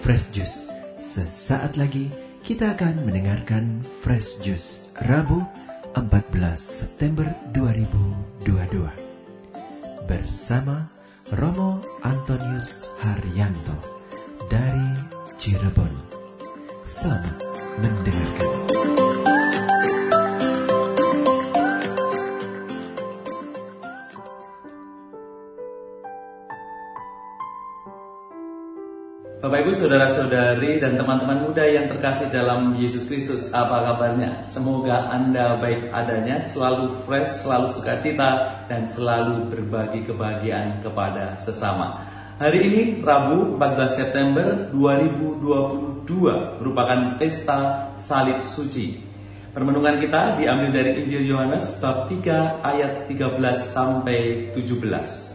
Fresh Juice. Sesaat lagi kita akan mendengarkan Fresh Juice Rabu 14 September 2022 bersama Romo Antonius Haryanto dari Cirebon. Selamat mendengarkan. Bapak Ibu, saudara-saudari dan teman-teman muda yang terkasih dalam Yesus Kristus, apa kabarnya? Semoga Anda baik adanya, selalu fresh, selalu sukacita, dan selalu berbagi kebahagiaan kepada sesama. Hari ini Rabu 14 September 2022 merupakan pesta salib suci. Permenungan kita diambil dari Injil Yohanes bab 3 ayat 13 sampai 17.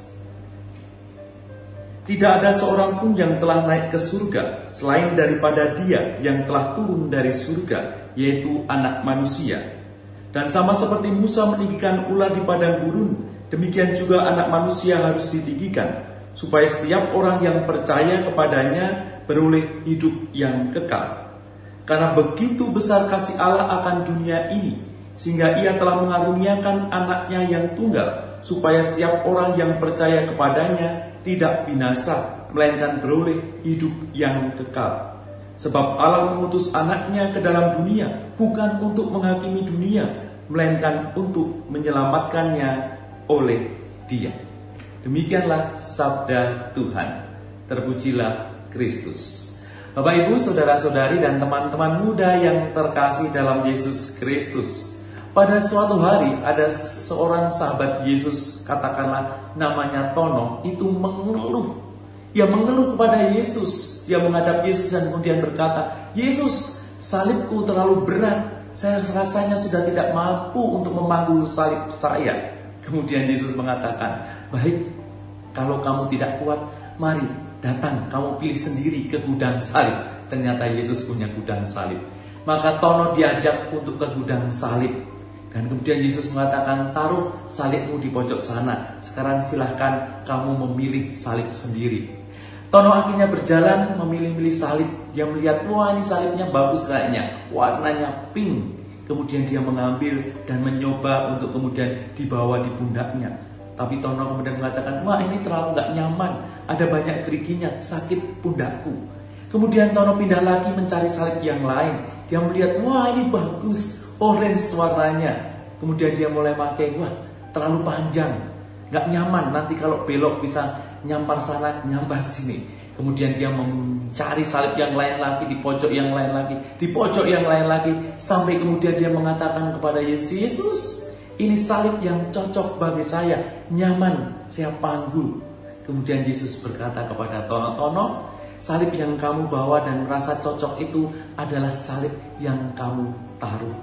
Tidak ada seorang pun yang telah naik ke surga selain daripada Dia yang telah turun dari surga, yaitu Anak Manusia. Dan sama seperti Musa meninggikan ular di padang gurun, demikian juga Anak Manusia harus ditinggikan, supaya setiap orang yang percaya kepadanya beroleh hidup yang kekal. Karena begitu besar kasih Allah akan dunia ini, sehingga Ia telah mengaruniakan Anaknya yang tunggal, supaya setiap orang yang percaya kepadanya tidak binasa, melainkan beroleh hidup yang kekal. Sebab Allah mengutus Anaknya ke dalam dunia, bukan untuk menghakimi dunia, melainkan untuk menyelamatkannya oleh Dia. Demikianlah sabda Tuhan. Terpujilah Kristus. Bapak Ibu, saudara-saudari dan teman-teman muda yang terkasih dalam Yesus Kristus. Pada suatu hari ada seorang sahabat Yesus, katakanlah namanya Tono, itu mengeluh. Ia mengeluh kepada Yesus. Dia menghadap Yesus dan kemudian berkata, "Yesus, salibku terlalu berat. Saya rasanya sudah tidak mampu untuk memanggul salib saya." Kemudian Yesus mengatakan, "Baik, kalau kamu tidak kuat, mari datang, kamu pilih sendiri ke gudang salib." Ternyata Yesus punya gudang salib. Maka Tono diajak untuk ke gudang salib. Dan kemudian Yesus mengatakan, "Taruh salibmu di pojok sana. Sekarang silahkan kamu memilih salib sendiri." Tono akhirnya berjalan memilih-milih salib. Dia melihat, wah ini salibnya bagus kayaknya, warnanya pink. Kemudian dia mengambil dan mencoba untuk kemudian dibawa di pundaknya. Tapi Tono kemudian mengatakan, wah ini terlalu gak nyaman, ada banyak geriginya, sakit pundakku. Kemudian Tono pindah lagi mencari salib yang lain. Dia melihat, wah ini bagus, orange warnanya. Kemudian dia mulai pakai, wah terlalu panjang, gak nyaman, nanti kalau belok bisa nyampar sana, nyampar sini. Kemudian dia mencari salib yang lain lagi, di pojok yang lain lagi, di pojok yang lain lagi, sampai kemudian dia mengatakan kepada Yesus, "Yesus, ini salib yang cocok bagi saya, nyaman, saya panggul." Kemudian Yesus berkata kepada Tono, "Salib yang kamu bawa dan merasa cocok itu adalah salib yang kamu taruh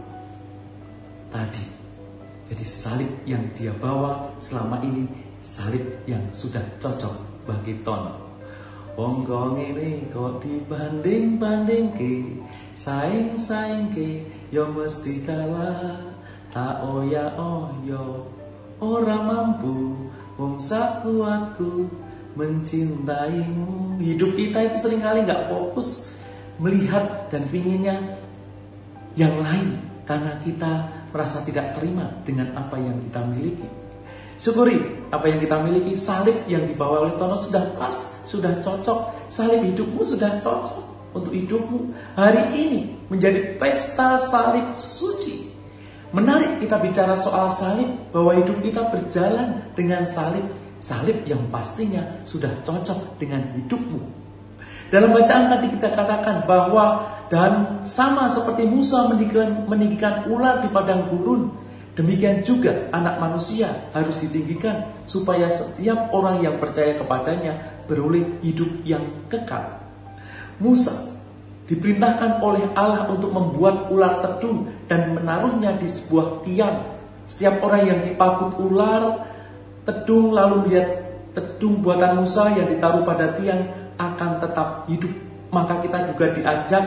tadi." Jadi salib yang dia bawa selama ini salib yang sudah cocok bagi Tono. Wong kok ngene kok dibanding-bandingke, saing-saingke ya mesti kalah. Tak oya-oyo ora mampu wong sakuatku mencintaimu. Hidup kita itu seringkali gak fokus melihat dan pinginnya yang lain, karena kita merasa tidak terima dengan apa yang kita miliki. Syukuri apa yang kita miliki. Salib yang dibawa oleh Tono sudah pas, sudah cocok. Salib hidupmu sudah cocok untuk hidupmu. Hari ini menjadi pesta salib suci. Menarik kita bicara soal salib, bahwa hidup kita berjalan dengan salib. Salib yang pastinya sudah cocok dengan hidupmu. Dalam bacaan tadi kita katakan bahwa dan sama seperti Musa meninggikan ular di padang gurun, demikian juga Anak Manusia harus ditinggikan supaya setiap orang yang percaya kepadanya beroleh hidup yang kekal. Musa diperintahkan oleh Allah untuk membuat ular tedung dan menaruhnya di sebuah tiang. Setiap orang yang dipakut ular tedung lalu melihat tedung buatan Musa yang ditaruh pada tiang akan tetap hidup. Maka kita juga diajak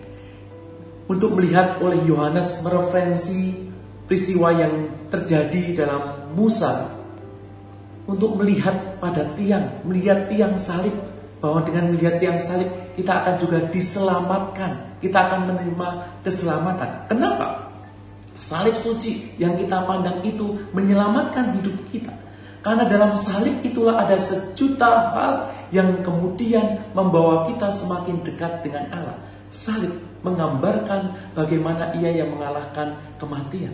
untuk melihat oleh Yohanes mereferensi peristiwa yang terjadi dalam Musa, untuk melihat pada tiang, melihat tiang salib. bahwa dengan melihat tiang salib kita akan juga diselamatkan. Kita akan menerima keselamatan. Kenapa? Salib suci yang kita pandang itu menyelamatkan hidup kita. Karena dalam salib itulah ada sejuta hal yang kemudian membawa kita semakin dekat dengan Allah. Salib menggambarkan bagaimana ia yang mengalahkan kematian.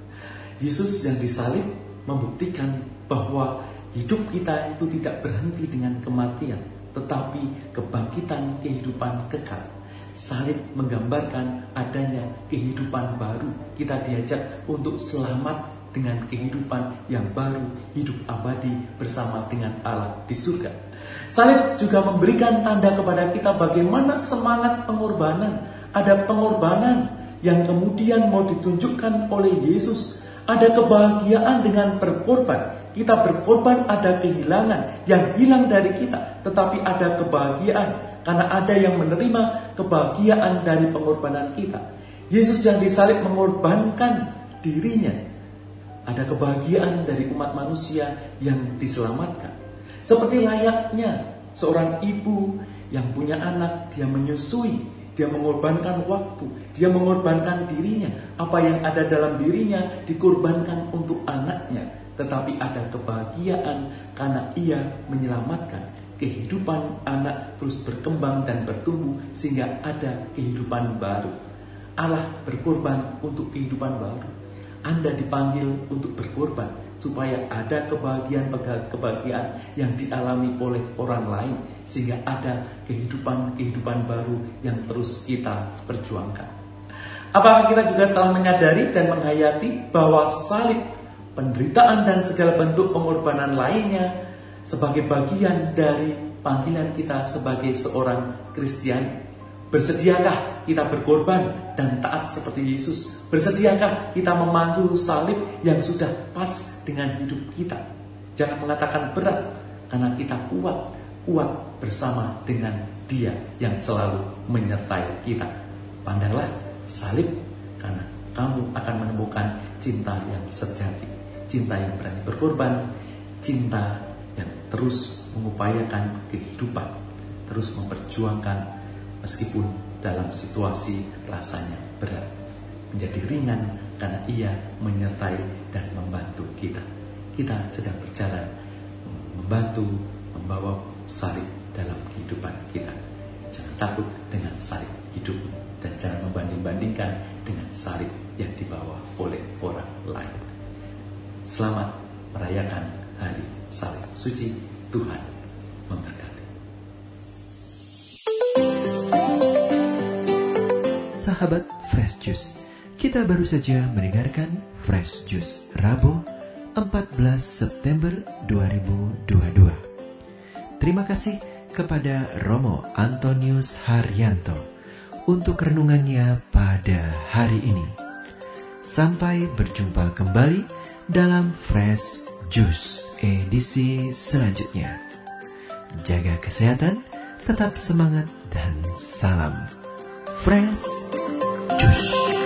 Yesus yang disalib membuktikan bahwa hidup kita itu tidak berhenti dengan kematian, tetapi kebangkitan kehidupan kekal. Salib menggambarkan adanya kehidupan baru. Kita diajak untuk selamat dengan kehidupan yang baru, hidup abadi bersama dengan Allah di surga. Salib juga memberikan tanda kepada kita bagaimana semangat pengorbanan. Ada pengorbanan yang kemudian mau ditunjukkan oleh Yesus. Ada kebahagiaan dengan berkorban. Kita berkorban, ada kehilangan yang hilang dari kita, tetapi ada kebahagiaan karena ada yang menerima kebahagiaan dari pengorbanan kita. Yesus yang disalib mengorbankan dirinya. Ada kebahagiaan dari umat manusia yang diselamatkan. Seperti layaknya seorang ibu yang punya anak, dia menyusui. Dia mengorbankan waktu, dia mengorbankan dirinya. Apa yang ada dalam dirinya dikorbankan untuk anaknya. Tetapi ada kebahagiaan karena ia menyelamatkan. Kehidupan anak terus berkembang dan bertumbuh sehingga ada kehidupan baru. Allah berkorban untuk kehidupan baru. Anda dipanggil untuk berkorban supaya ada kebahagiaan yang dialami oleh orang lain, sehingga ada kehidupan baru yang terus kita perjuangkan. Apakah kita juga telah menyadari dan menghayati bahwa salib, penderitaan dan segala bentuk pengorbanan lainnya sebagai bagian dari panggilan kita sebagai seorang Kristiani? Bersediakah kita berkorban dan taat seperti Yesus? Bersediakah kita memanggul salib yang sudah pas dengan hidup kita? Jangan mengatakan berat, karena kita kuat bersama dengan Dia yang selalu menyertai kita. Pandanglah salib, karena kamu akan menemukan cinta yang sejati, cinta yang berani berkorban, cinta yang terus mengupayakan kehidupan, terus memperjuangkan meskipun dalam situasi rasanya berat, menjadi ringan karena ia menyertai dan membantu kita. Kita sedang berjalan membawa salib dalam kehidupan kita. Jangan takut dengan salib hidup dan jangan membanding-bandingkan dengan salib yang dibawa oleh orang lain. Selamat merayakan hari salib suci. Tuhan memberkati. Sahabat Fresh Juice, kita baru saja mendengarkan Fresh Juice Rabu 14 September 2022. Terima kasih kepada Romo Antonius Haryanto untuk renungannya pada hari ini. Sampai berjumpa kembali dalam Fresh Juice edisi selanjutnya. Jaga kesehatan, tetap semangat, dan salam Fresh Juice.